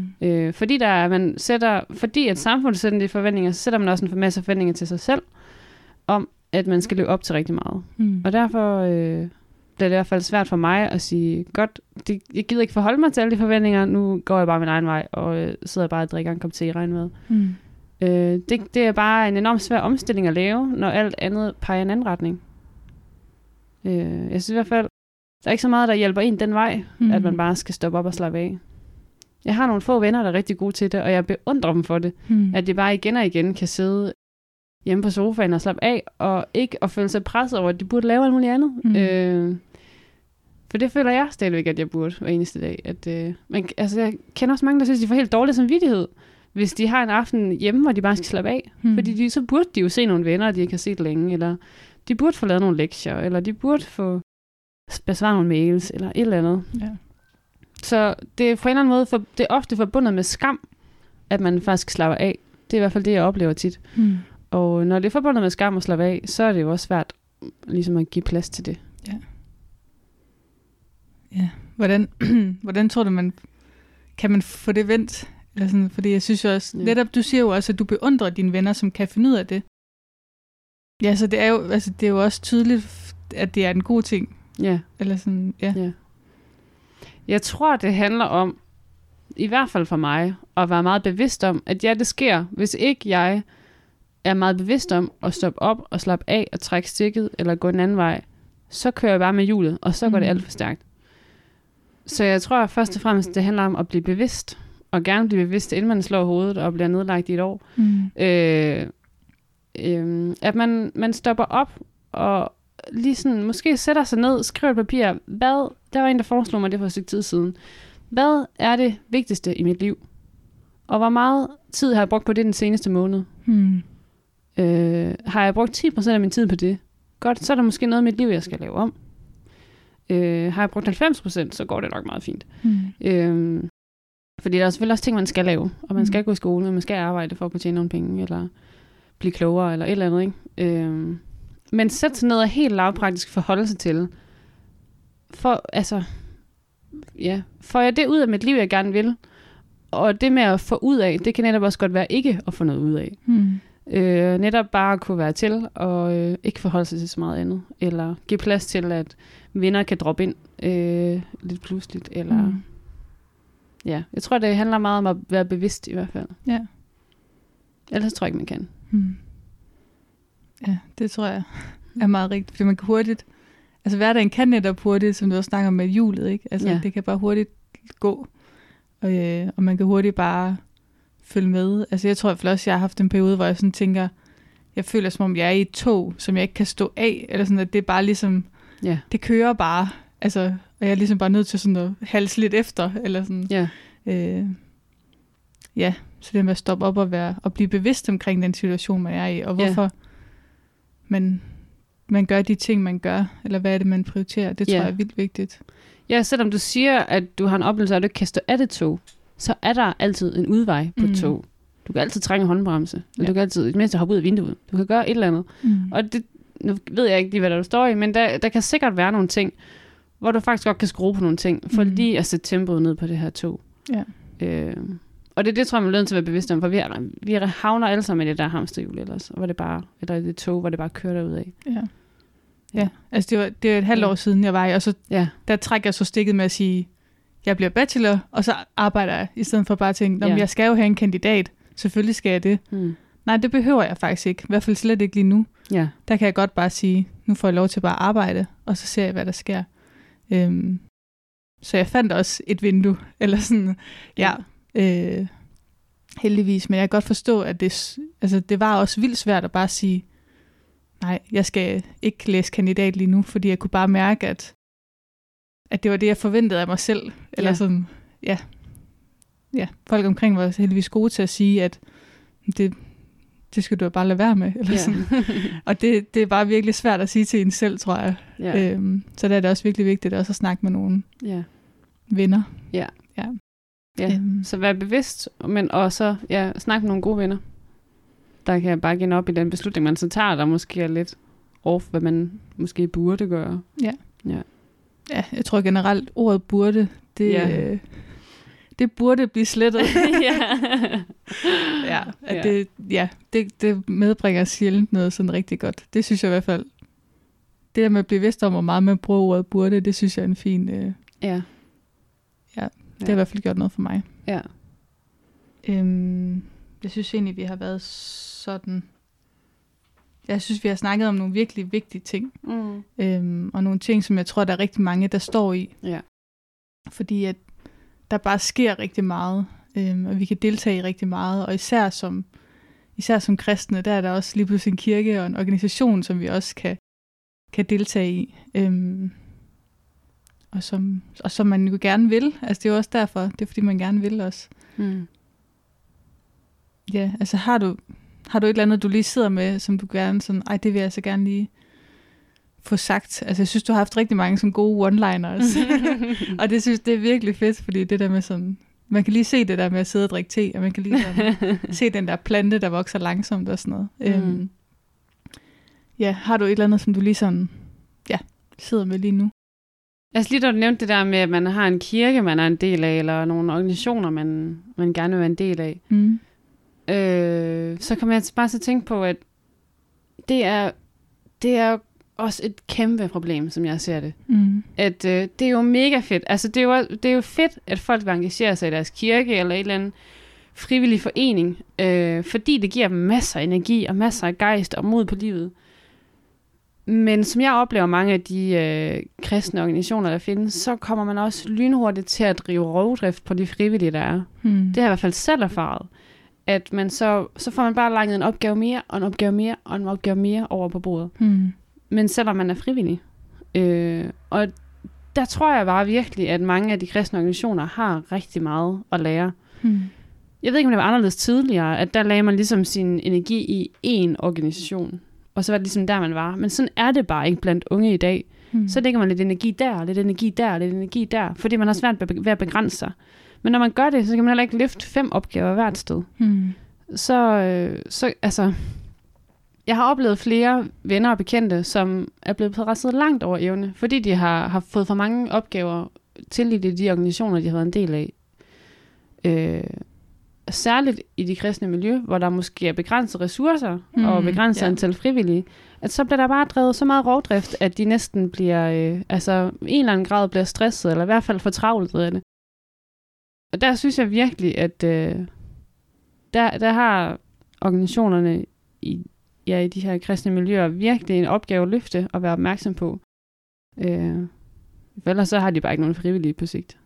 Fordi at samfundet sætter de forventninger, så sætter man også en masse forventninger til sig selv, om at man skal leve op til rigtig meget. Og derfor bliver det i hvert fald svært for mig at sige, godt, jeg gider ikke forholde mig til alle de forventninger, nu går jeg bare min egen vej, og sidder bare og drikker en kop te i regnvejr. Det er bare en enormt svær omstilling at lave, når alt andet peger i en anden retning. Jeg synes i hvert fald, der er ikke så meget, der hjælper en den vej, at man bare skal stoppe op og slappe af. Jeg har nogle få venner, der er rigtig gode til det, og jeg beundrer dem for det. At de bare igen og igen kan sidde hjemme på sofaen og slappe af, og ikke at føle sig presset over, at de burde lave alt muligt andet. For det føler jeg stadigvæk, at jeg burde hver eneste dag. Jeg kender også mange, der synes, de får helt dårlig samvittighed, hvis de har en aften hjemme, hvor de bare skal slappe af. Fordi så burde de jo se nogle venner, de ikke har set længe, eller de burde få lavet nogle lektier, eller de burde få besvaret nogle mails, eller et eller andet. Ja. Så det er på en eller anden måde, det er ofte forbundet med skam, at man faktisk slapper af. Det er i hvert fald det, jeg oplever tit. Og når det er forbundet med skam og slappe af, så er det jo også svært ligesom at give plads til det. Ja. Hvordan tror du, kan man få det vendt? Eller sådan, fordi jeg synes jo også, netop du siger jo også, at du beundrer dine venner, som kan finde ud af det. Ja, så det er jo også tydeligt, at det er en god ting. Ja. Eller sådan, ja. Jeg tror, det handler om, i hvert fald for mig, at være meget bevidst om, at det sker, hvis ikke jeg er meget bevidst om at stoppe op og slappe af og trække stikket eller gå en anden vej, så kører jeg bare med hjulet, og så går det alt for stærkt. Så jeg tror først og fremmest, det handler om at blive bevidst, og gerne blive bevidst, inden man slår hovedet og bliver nedlagt i et år. At man stopper op og lige sådan, måske sætter sig ned, skriver et papir, der var en, der foreslog mig det for et stykke tid siden. Hvad er det vigtigste i mit liv? Og hvor meget tid har jeg brugt på det den seneste måned? Har jeg brugt 10% af min tid på det? Godt, så er der måske noget i mit liv, jeg skal lave om. Har jeg brugt 90%, så går det nok meget fint. Fordi der er selvfølgelig også ting, man skal lave. Og man skal gå i skole, og man skal arbejde for at kunne tjene nogle penge, eller blive klogere, eller et eller andet. Ikke? Men sæt sig ned og helt lavpraktisk forholde sig til. Får jeg det ud af mit liv, jeg gerne vil? Og det med at få ud af, det kan netop også godt være ikke at få noget ud af. Netop bare at kunne være til, og ikke forholde sig til så meget andet. Eller give plads til, at venner kan droppe ind lidt pludseligt. Eller ja, jeg tror, det handler meget om at være bevidst i hvert fald. Ja. Ellers tror jeg ikke, man kan. Ja, det tror jeg er meget rigtigt. Fordi man kan hurtigt, altså hverdagen kan netop hurtigt, som du også snakker om med hjulet, ikke? Altså det kan bare hurtigt gå. Og man kan hurtigt bare følge med. Altså jeg tror i hvert fald også, jeg har haft en periode, hvor jeg sådan tænker, jeg føler som om jeg er i et tog, som jeg ikke kan stå af, eller sådan, at det er bare ligesom, det kører bare, altså, og jeg er ligesom bare nødt til sådan at halse lidt efter, eller sådan. Så det med at stoppe op og blive bevidst omkring den situation, man er i, og hvorfor man gør de ting, man gør, eller hvad er det, man prioriterer, det tror jeg er vildt vigtigt. Ja, selvom du siger, at du har en oplevelse af, at du ikke kan stå af det tog, så er der altid en udvej på et tog. Du kan altid trænge håndbremse, eller du kan altid, mens hoppe ud af vinduet. Du kan gøre et eller andet. Og det, nu ved jeg ikke lige, hvad der står i, men der kan sikkert være nogle ting, hvor du faktisk godt kan skrue på nogle ting, for lige at sætte tempoet ned på det her tog. Og det tror jeg, man er nødt til at være bevidst om, for vi havner alle sammen i det der hamsterhjul ellers, og eller det tog, hvor det bare kører derud af. Ja, altså det var et halvt år siden, jeg var i, og så der trækker jeg så stikket med at sige, jeg bliver bachelor, og så arbejder jeg, i stedet for bare at tænke, jeg skal jo have en kandidat, selvfølgelig skal jeg det. Nej, det behøver jeg faktisk ikke, i hvert fald slet ikke lige nu. Ja. Der kan jeg godt bare sige, nu får jeg lov til bare at arbejde, og så ser jeg, hvad der sker. Så jeg fandt også et vindue, eller sådan, heldigvis, men jeg kan godt forstå, at det var også vildt svært at bare sige, nej, jeg skal ikke læse kandidat lige nu, fordi jeg kunne bare mærke, at det var det, jeg forventede af mig selv. Eller sådan, folk omkring var heldigvis gode til at sige, at det skal du bare lade være med. Eller sådan. Og det er bare virkelig svært at sige til en selv, tror jeg. Så der er det også virkelig vigtigt også at snakke med nogle venner. Så vær bevidst, men også snak med nogle gode venner. Der kan bare give op i den beslutning, man så tager, der måske er lidt off, hvad man måske burde gøre. Ja, jeg tror generelt, ordet burde, det burde blive slettet. Det medbringer sjældent noget sådan rigtig godt. Det synes jeg i hvert fald. Det der med at blive vidst om, hvor meget man bruger ordet burde, det synes jeg er en fin... det har i hvert fald gjort noget for mig. Ja. Jeg synes egentlig, vi har været sådan... Jeg synes, vi har snakket om nogle virkelig vigtige ting. Og nogle ting, som jeg tror, der er rigtig mange, der står i. Ja. Fordi at der bare sker rigtig meget. Og vi kan deltage i rigtig meget. Og især som kristne, der er der også lige pludselig en kirke og en organisation, som vi også kan deltage i. Og som man jo gerne vil. Altså det er jo også derfor. Det er fordi, man gerne vil også. Ja, altså har du et eller andet, du lige sidder med, som du gerne sådan, det vil jeg så gerne lige få sagt. Altså jeg synes, du har haft rigtig mange sådan gode one-liners. Og det synes det er virkelig fedt, fordi det der med sådan, man kan lige se det der med at sidde og drikke te, og man kan lige sådan, se den der plante, der vokser langsomt og sådan noget. Har du et eller andet, som du lige sådan, sidder med lige nu? Altså lige da du nævnte det der med, at man har en kirke, man er en del af, eller nogle organisationer, man gerne vil være en del af. Så kommer jeg bare til at tænke på, at det er også et kæmpe problem, som jeg ser det. At det er jo mega fedt. Altså det er jo fedt, at folk vil engagere sig i deres kirke, eller et eller andet frivillig forening, fordi det giver dem masser af energi, og masser af gejst og mod på livet. Men som jeg oplever mange af de kristne organisationer, der findes, så kommer man også lynhurtigt til at drive rovdrift på de frivillige, der er. Det har jeg i hvert fald selv erfaret. At man så får man bare langet en opgave mere, og en opgave mere, og en opgave mere over på bordet. Men selvom man er frivillig. Og der tror jeg bare virkelig, at mange af de kristne organisationer har rigtig meget at lære. Jeg ved ikke, om det var anderledes tidligere, at der lagde man ligesom sin energi i én organisation. Og så var det ligesom der, man var. Men sådan er det bare ikke blandt unge i dag. Så lægger man lidt energi der, lidt energi der, lidt energi der, fordi man har svært ved at begrænse sig. Men når man gør det, så kan man heller ikke løfte 5 opgaver hvert sted. Så altså, jeg har oplevet flere venner og bekendte, som er blevet presset langt over evne, fordi de har fået for mange opgaver til i de organisationer, de har været en del af. Særligt i de kristne miljø, hvor der måske er begrænset ressourcer og begrænset antal frivillige, at så bliver der bare drevet så meget rovdrift, at de næsten bliver, en eller anden grad bliver stresset, eller i hvert fald fortravlet af det. Og der synes jeg virkelig, at der har organisationerne i de her kristne miljøer virkelig en opgave at løfte og være opmærksom på. Ellers så har de bare ikke nogen frivillige på sigt.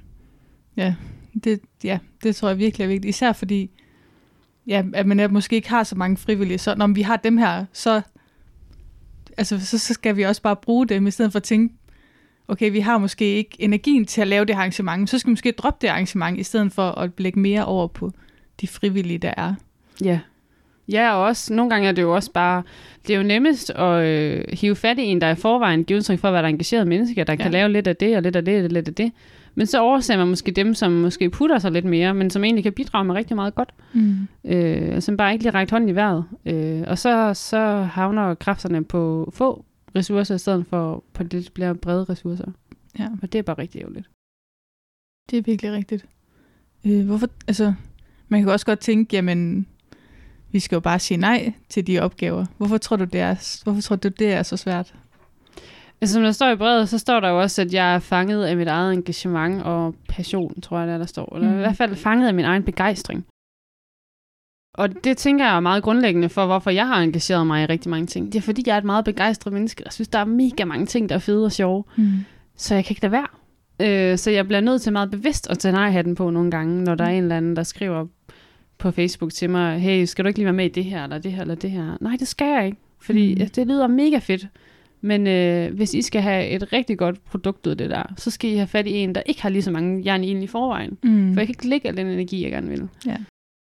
Det tror jeg virkelig er vigtigt. Især fordi, at man måske ikke har så mange frivillige. Så når vi har dem her, så skal vi også bare bruge dem, i stedet for at tænke, okay, vi har måske ikke energien til at lave det arrangement, men så skal vi måske droppe det arrangement, i stedet for at lægge mere over på de frivillige, der er. Ja, og også, nogle gange er det jo også bare, det er jo nemmest at hive fat i en, der i forvejen giver udtryk for at være engageret mennesker, der kan lave lidt af det, og lidt af det, og lidt af det. Men så overser man måske dem, som måske putter sig lidt mere, men som egentlig kan bidrage med rigtig meget godt. Som bare ikke lige rækt hånden i vejret. Og så havner kræfterne på få ressourcer, i stedet for på lidt flere brede ressourcer. Og det er bare rigtig ærgerligt. Det er virkelig rigtigt. Hvorfor, Man kan også godt tænke, jamen, vi skal jo bare sige nej til de opgaver. Hvorfor tror du, det er så svært? Altså, som der står i brevet, så står der jo også, at jeg er fanget af mit eget engagement og passion, tror jeg, der står. Eller i hvert fald fanget af min egen begejstring. Og det tænker jeg er meget grundlæggende for, hvorfor jeg har engageret mig i rigtig mange ting. Det er fordi, jeg er et meget begejstret menneske, der synes, der er mega mange ting, der er fede og sjove. Så jeg kan ikke lade være. Så jeg bliver nødt til meget bevidst at tage nej-hatten på nogle gange, når der er en eller anden, der skriver på Facebook til mig, hey, skal du ikke lige være med i det her, eller det her, eller det her? Nej, det skal jeg ikke, fordi det lyder mega fedt. Men hvis I skal have et rigtig godt produkt ud af det der, så skal I have fat i en, der ikke har lige så mange jern i ilden i forvejen. For jeg kan ikke lægge al den energi, jeg gerne vil. Ja.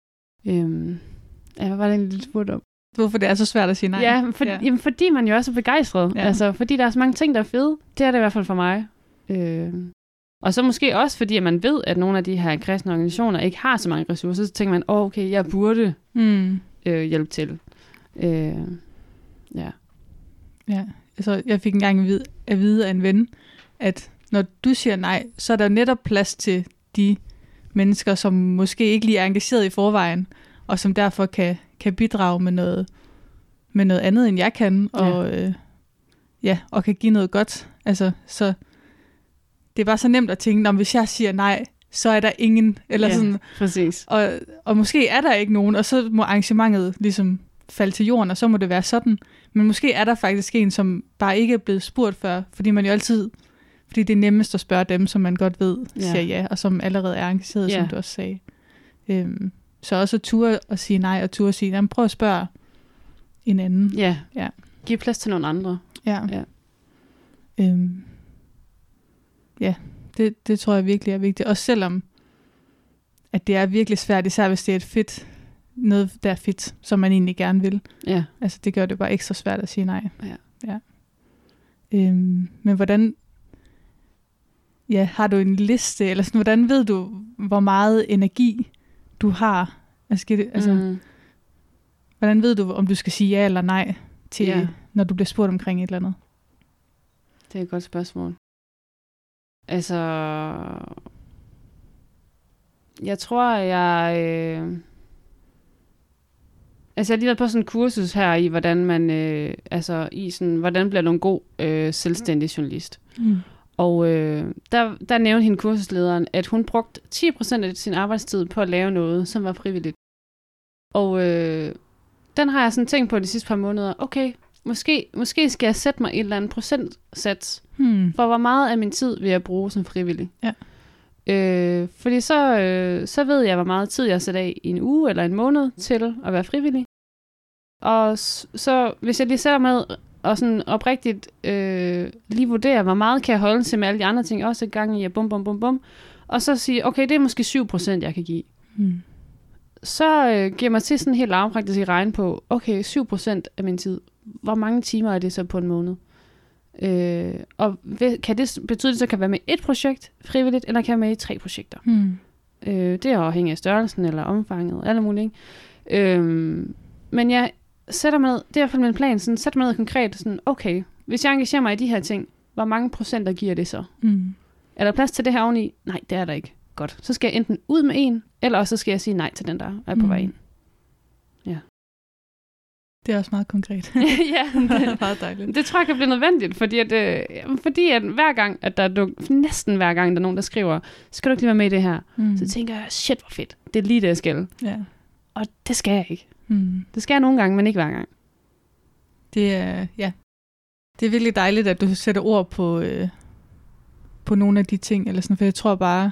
Hvad var det en lille spurgt om? Hvorfor det er så svært at sige nej? Ja, jamen, fordi man jo også er begejstret. Ja. Altså, fordi der er så mange ting, der er fede. Det er det i hvert fald for mig. Og så måske også, fordi at man ved, at nogle af de her kristne organisationer ikke har så mange ressourcer, så tænker man, okay, jeg burde hjælpe til. Ja. Altså, jeg fik engang at vide af en ven, at når du siger nej, så er der netop plads til de mennesker, som måske ikke lige er engageret i forvejen, og som derfor kan bidrage med noget andet, end jeg kan, og kan give noget godt. Altså, så det er bare så nemt at tænke, hvis jeg siger nej, så er der ingen, eller sådan. Præcis. Og måske er der ikke nogen, og så må arrangementet ligesom falde til jorden, og så må det være sådan. Men måske er der faktisk en, som bare ikke er blevet spurgt før, fordi man jo altid, fordi det er nemmest at spørge dem, som man godt ved, siger ja, og som allerede er engageret, som du også sagde. Så også at ture at sige nej, og ture at sige, prøv at spørge en anden. Ja. Giv plads til nogle andre. Det tror jeg virkelig er vigtigt. Også selvom, at det er virkelig svært, især hvis det er noget, der er fedt, som man egentlig gerne vil. Ja. Altså, det gør det bare ekstra svært at sige nej. Ja. Men hvordan, har du en liste, eller sådan, hvordan ved du, hvor meget energi du har? Hvordan ved du, om du skal sige ja eller nej, til, når du bliver spurgt omkring et eller andet? Det er et godt spørgsmål. Altså, jeg tror, jeg har lige været på sådan en kursus her i, hvordan man, hvordan bliver du en god selvstændig journalist. Og der nævnte hende kursuslederen, at hun brugte 10% af sin arbejdstid på at lave noget, som var frivilligt. Og den har jeg sådan tænkt på de sidste par måneder. Okay, måske skal jeg sætte mig et eller andet procentsats for, hvor meget af min tid vil jeg bruge som frivillig. Ja. Fordi så ved jeg, hvor meget tid jeg sætter af i en uge eller en måned til at være frivillig. Og så hvis jeg lige sætter med og sådan oprigtigt lige vurderer, hvor meget kan jeg holde til med alle de andre ting, også et gang i bum, og så sige, okay, det er måske 7%, jeg kan give. Så giver mig til sådan helt lavpraktisk at regne på, okay, 7% af min tid, hvor mange timer er det så på en måned? Og kan det betyde, det så kan være med et projekt frivilligt, eller kan jeg med i 3 projekter? Det er afhængig af størrelsen eller omfanget, alle mulige. Men jeg sætter mig ned, det er i hvert fald min plan, sådan, sætter mig ned konkret, sådan, okay, hvis jeg engagerer mig i de her ting, hvor mange procenter giver det så? Er der plads til det her oveni? Nej, det er der ikke. Godt. Så skal jeg enten ud med en, eller også så skal jeg sige nej til den, der er på vej ind. Ja. Det er også meget konkret. Ja, det er meget dejligt. Det tror jeg kan blive nødvendigt, fordi at hver gang, at næsten hver gang, der er nogen, der skriver, skal du ikke lige være med i det her? Så tænker jeg, shit, hvor fedt. Det er lige det, jeg skal. Ja. Og det skal jeg ikke. Det skal jeg nogle gange, men ikke hver gang. Det er virkelig dejligt, at du sætter ord på nogle af de ting, eller sådan, for jeg tror bare,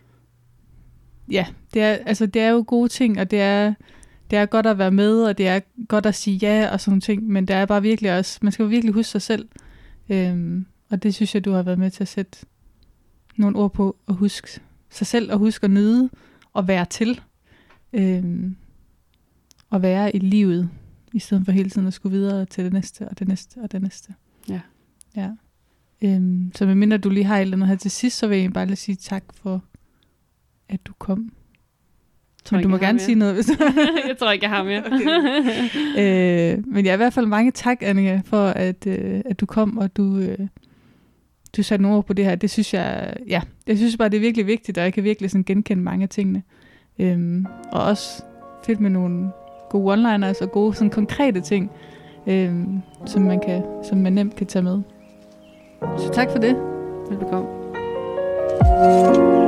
det er jo gode ting, og det er godt at være med, og det er godt at sige ja, og sådan ting, men det er bare virkelig også, man skal jo virkelig huske sig selv, og det synes jeg, du har været med til at sætte nogle ord på, og huske sig selv, og huske at nyde, og være til, og være i livet, i stedet for hele tiden at skulle videre til det næste, og det næste, og det næste. Ja. Så medmindre du lige har et eller andet her til sidst, så vil jeg bare lige sige tak for, at du kom. Men du må gerne sige noget, hvis du... Jeg tror ikke, jeg har mere. Okay. Men i hvert fald mange tak, Annika, for at du kom, og du satte nogle ord på det her. Det synes jeg, jeg synes bare, det er virkelig vigtigt, og jeg kan virkelig sådan genkende mange af tingene. Og også fedt med nogle gode one-liners og gode sådan konkrete ting, som man nemt kan tage med. Så tak for det. Velbekomme.